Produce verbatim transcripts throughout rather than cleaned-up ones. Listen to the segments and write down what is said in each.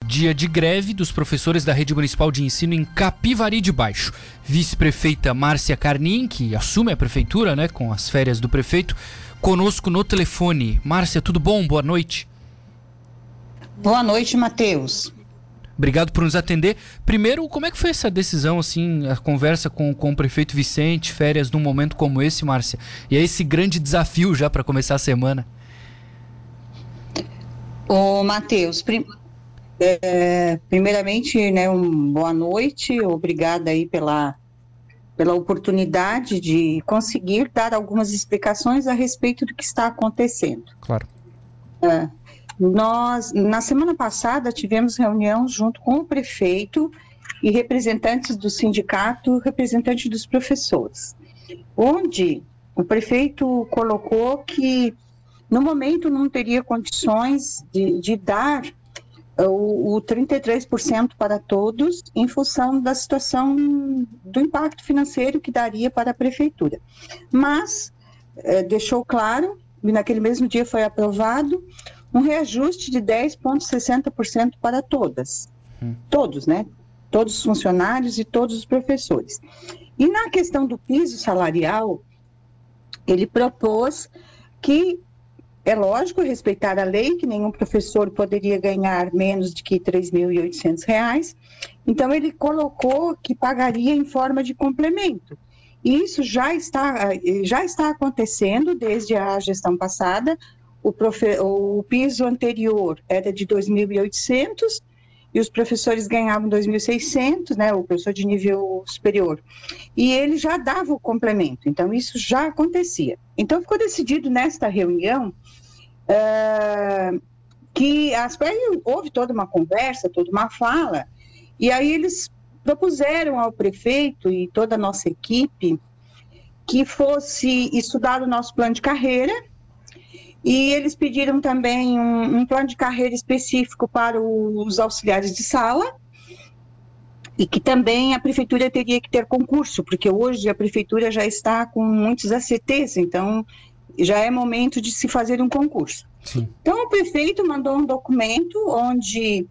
dia de greve dos professores da Rede Municipal de Ensino em Capivari de Baixo. Vice-prefeita Márcia Carnim, que assume a prefeitura, né, com as férias do prefeito, conosco no telefone. Márcia, tudo bom? Boa noite. Boa noite, Matheus. Obrigado por nos atender. Primeiro, como é que foi essa decisão, assim, a conversa com, com o prefeito Vicente, férias num momento como esse, Márcia? E é esse grande desafio já para começar a semana. Ô, Matheus, prim... é, primeiramente, né, um boa noite, obrigada aí pela, pela oportunidade de conseguir dar algumas explicações a respeito do que está acontecendo. Claro. É, nós, na semana passada, tivemos reunião junto com o prefeito e representantes do sindicato, representantes dos professores, onde o prefeito colocou que no momento não teria condições de, de dar o, o trinta e três por cento para todos em função da situação do impacto financeiro que daria para a prefeitura. Mas eh, deixou claro, e naquele mesmo dia foi aprovado, um reajuste de dez vírgula sessenta por cento para todas. Hum. Todos, né? Todos os funcionários e todos os professores. E na questão do piso salarial, ele propôs que é lógico respeitar a lei, que nenhum professor poderia ganhar menos de que três mil e oitocentos reais. Então, ele colocou que pagaria em forma de complemento. E isso já está, já está acontecendo desde a gestão passada. O, profe, o piso anterior era de dois mil e oitocentos e os professores ganhavam dois mil e seiscentos, né, o professor de nível superior. E ele já dava o complemento, então isso já acontecia. Então ficou decidido nesta reunião uh, que as, houve toda uma conversa, toda uma fala, e aí eles propuseram ao prefeito e toda a nossa equipe que fosse estudar o nosso plano de carreira. E eles pediram também um, um plano de carreira específico para os auxiliares de sala e que também a prefeitura teria que ter concurso, porque hoje a prefeitura já está com muitos A C Ts, então já é momento de se fazer um concurso. Sim. Então o prefeito mandou um documento onde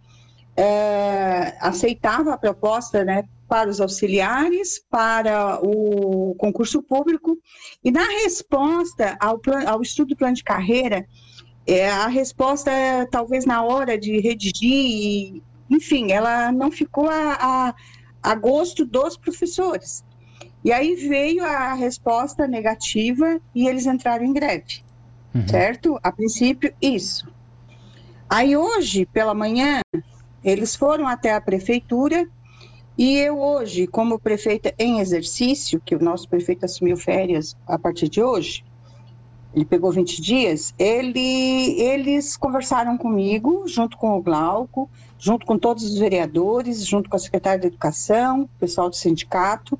é, aceitava a proposta, né, para os auxiliares, para o concurso público, e na resposta ao, plan, ao estudo do plano de carreira, é, a resposta, talvez na hora de redigir, enfim, ela não ficou a, a, a gosto dos professores. E aí veio a resposta negativa e eles entraram em greve, uhum. Certo? A princípio, isso. Aí hoje, pela manhã, eles foram até a prefeitura. E eu hoje, como prefeita em exercício, que o nosso prefeito assumiu férias a partir de hoje, ele pegou vinte dias, ele, eles conversaram comigo, junto com o Glauco, junto com todos os vereadores, junto com a secretária de Educação, o pessoal do sindicato,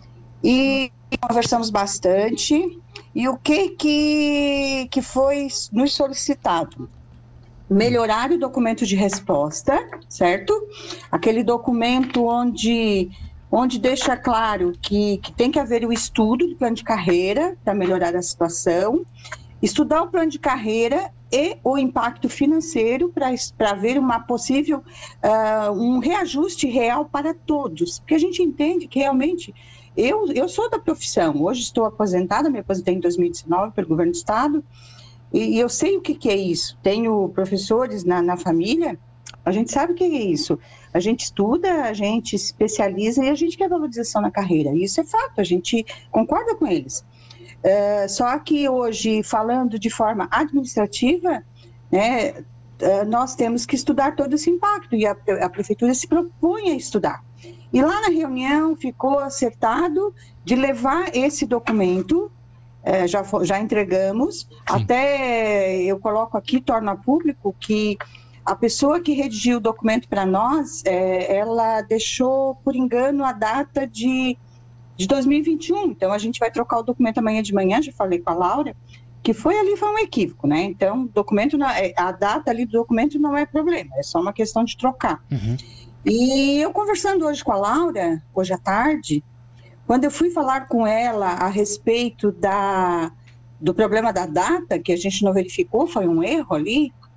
e conversamos bastante. E o que, que, que foi nos solicitado? Melhorar o documento de resposta, certo? Aquele documento onde, onde deixa claro que, que tem que haver o estudo do plano de carreira para melhorar a situação, estudar o plano de carreira e o impacto financeiro para ver uma possível, uh, um reajuste real para todos, porque a gente entende que realmente, eu, eu sou da profissão, hoje estou aposentada, me aposentei em dois mil e dezenove pelo governo do estado, e eu sei o que, que é isso. Tenho professores na, na família, a gente sabe o que é isso. A gente estuda, a gente se especializa e a gente quer valorização na carreira. Isso é fato, a gente concorda com eles. Uh, só que hoje, falando de forma administrativa, né, uh, nós temos que estudar todo esse impacto e a, a prefeitura se propõe a estudar. E lá na reunião ficou acertado de levar esse documento. É, já, já entregamos, sim. Até eu coloco aqui, torna público que a pessoa que redigiu o documento para nós, é, ela deixou por engano a data de, de dois mil e vinte e um, então a gente vai trocar o documento amanhã de manhã, já falei com a Laura, que foi ali, foi um equívoco, né? Então, documento não, a data ali do documento não é problema, é só uma questão de trocar. Uhum. E eu conversando hoje com a Laura, hoje à tarde, quando eu fui falar com ela a respeito da, do problema da data, que a gente não verificou, foi um erro ali,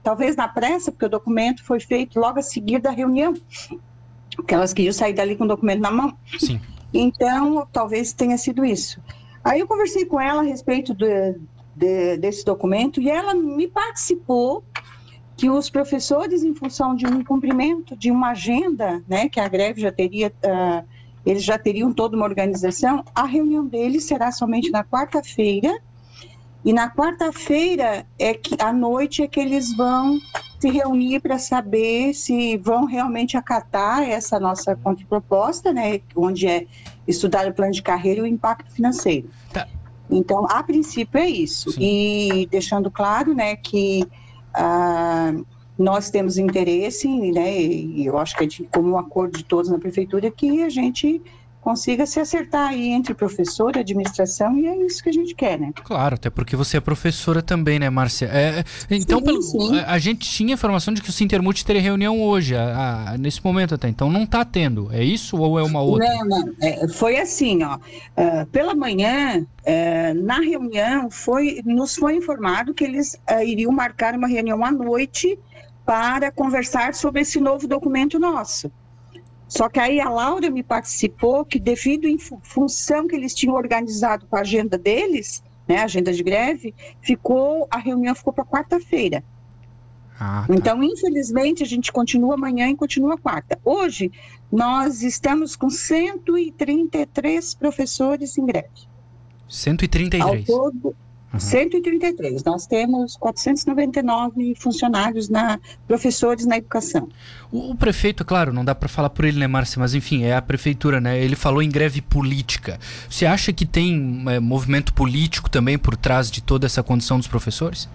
talvez na pressa, porque o documento foi feito logo a seguir da reunião, porque elas queriam sair dali com o documento na mão. Sim. Então, talvez tenha sido isso. Aí eu conversei com ela a respeito do, de, desse documento e ela me participou que os professores, em função de um cumprimento de uma agenda, né, que a greve já teria, uh, eles já teriam toda uma organização, a reunião deles será somente na quarta-feira, e na quarta-feira é que à noite é que eles vão se reunir para saber se vão realmente acatar essa nossa contraproposta, né, onde é estudar o plano de carreira e o impacto financeiro. Tá. Então, a princípio é isso. Sim. E deixando claro, né, que ah, nós temos interesse, né, e eu acho que é de comum acordo de todos na prefeitura, que a gente consiga se acertar aí entre professor, administração, e é isso que a gente quer, né? Claro, até porque você é professora também, né, Márcia? É, então, sim, pelo, sim. A, a gente tinha informação de que o Sintermut teria reunião hoje, a, a, nesse momento até, então não está tendo, é isso ou é uma outra? Não, não, é, foi assim, ó, uh, pela manhã, uh, na reunião, foi, nos foi informado que eles uh, iriam marcar uma reunião à noite para conversar sobre esse novo documento nosso. Só que aí a Laura me participou que, devido em função que eles tinham organizado com a agenda deles, né, a agenda de greve, ficou, a reunião ficou para quarta-feira. Ah, tá. Então, infelizmente, a gente continua amanhã e continua quarta. Hoje, nós estamos com cento e trinta e três professores em greve. cento e trinta e três? Ao todo, Uhum. cento e trinta e três. Nós temos quatrocentos e noventa e nove funcionários, na, professores na educação. O, o prefeito, claro, não dá para falar por ele, né, Márcia? Mas, enfim, é a prefeitura, né? Ele falou em greve política. Você acha que tem é, movimento político também por trás de toda essa condição dos professores?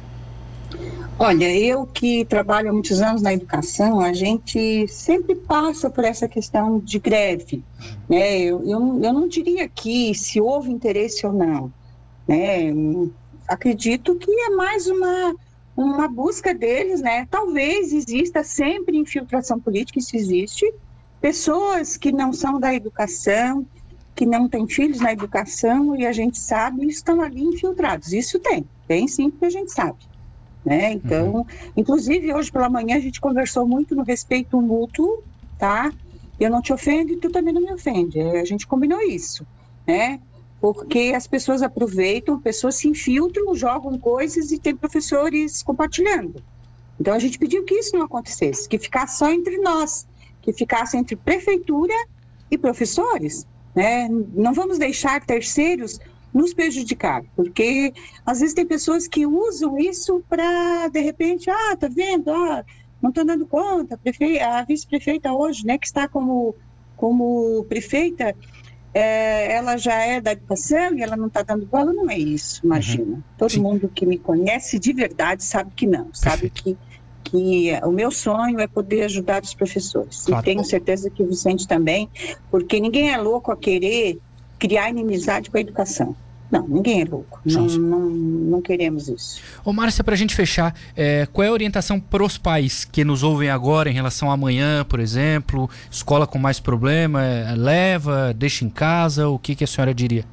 Olha, eu que trabalho há muitos anos na educação, a gente sempre passa por essa questão de greve, né? Eu, eu, eu não diria aqui se houve interesse ou não. Né? Acredito que é mais uma, uma busca deles, né? Talvez exista sempre infiltração política, isso existe, pessoas que não são da educação, que não têm filhos na educação e a gente sabe, estão ali infiltrados, isso tem, tem sim, porque a gente sabe, né? Então, uhum. Inclusive hoje pela manhã a gente conversou muito no respeito mútuo, tá? Eu não te ofendo e tu também não me ofende, a gente combinou isso, né? Porque as pessoas aproveitam, pessoas se infiltram, jogam coisas e tem professores compartilhando. Então a gente pediu que isso não acontecesse, que ficasse só entre nós, que ficasse entre prefeitura e professores, né? Não vamos deixar terceiros nos prejudicar, porque às vezes tem pessoas que usam isso para, de repente, ah, tá vendo, ah, não estou dando conta, a vice-prefeita hoje, né, que está como, como prefeita, É, ela já é da educação e ela não está dando bola, não é isso, imagina. Uhum. Todo Sim. mundo que me conhece de verdade sabe que não, sabe que, que o meu sonho é poder ajudar os professores. Claro. E tenho certeza que o Vicente também, porque ninguém é louco a querer criar inimizade com a educação. Não, ninguém é louco, não, não, não queremos isso. Ô Márcia, para a gente fechar, é, qual é a orientação para os pais que nos ouvem agora em relação a amanhã, por exemplo, escola com mais problema, é, leva, deixa em casa, o que, que a senhora diria?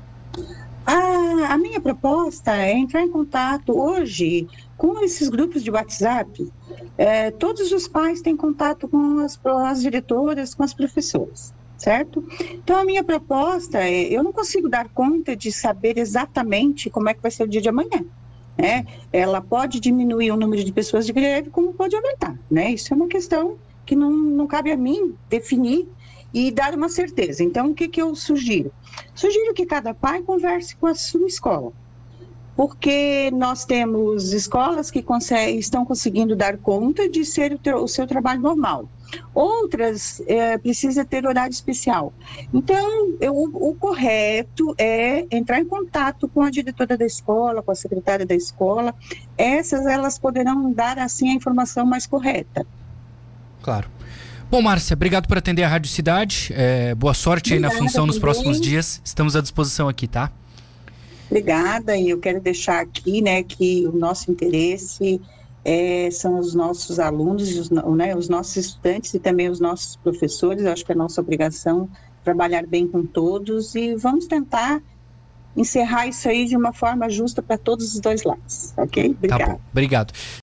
A, a minha proposta é entrar em contato hoje com esses grupos de WhatsApp, é, todos os pais têm contato com as, as diretoras, com as professoras. Certo? Então a minha proposta é, eu não consigo dar conta de saber exatamente como é que vai ser o dia de amanhã, né? Ela pode diminuir o número de pessoas de greve, como pode aumentar, né? Isso é uma questão que não, não cabe a mim definir e dar uma certeza. Então o que que eu sugiro? Sugiro que cada pai converse com a sua escola, porque nós temos escolas que conseguem, estão conseguindo dar conta de ser o, teu, o seu trabalho normal. Outras é, precisa ter horário especial. Então, eu, o correto é entrar em contato com a diretora da escola, com a secretária da escola. Essas, elas poderão dar, assim, a informação mais correta. Claro. Bom, Márcia, obrigado por atender a Rádio Cidade. É, boa sorte Obrigada, aí na função nos próximos dias. Estamos à disposição aqui, tá? Obrigada, e eu quero deixar aqui, né, que o nosso interesse é, são os nossos alunos, os, né, os nossos estudantes e também os nossos professores. Eu acho que é nossa obrigação trabalhar bem com todos e vamos tentar encerrar isso aí de uma forma justa para todos os dois lados, ok? Obrigada. Tá bom, obrigado.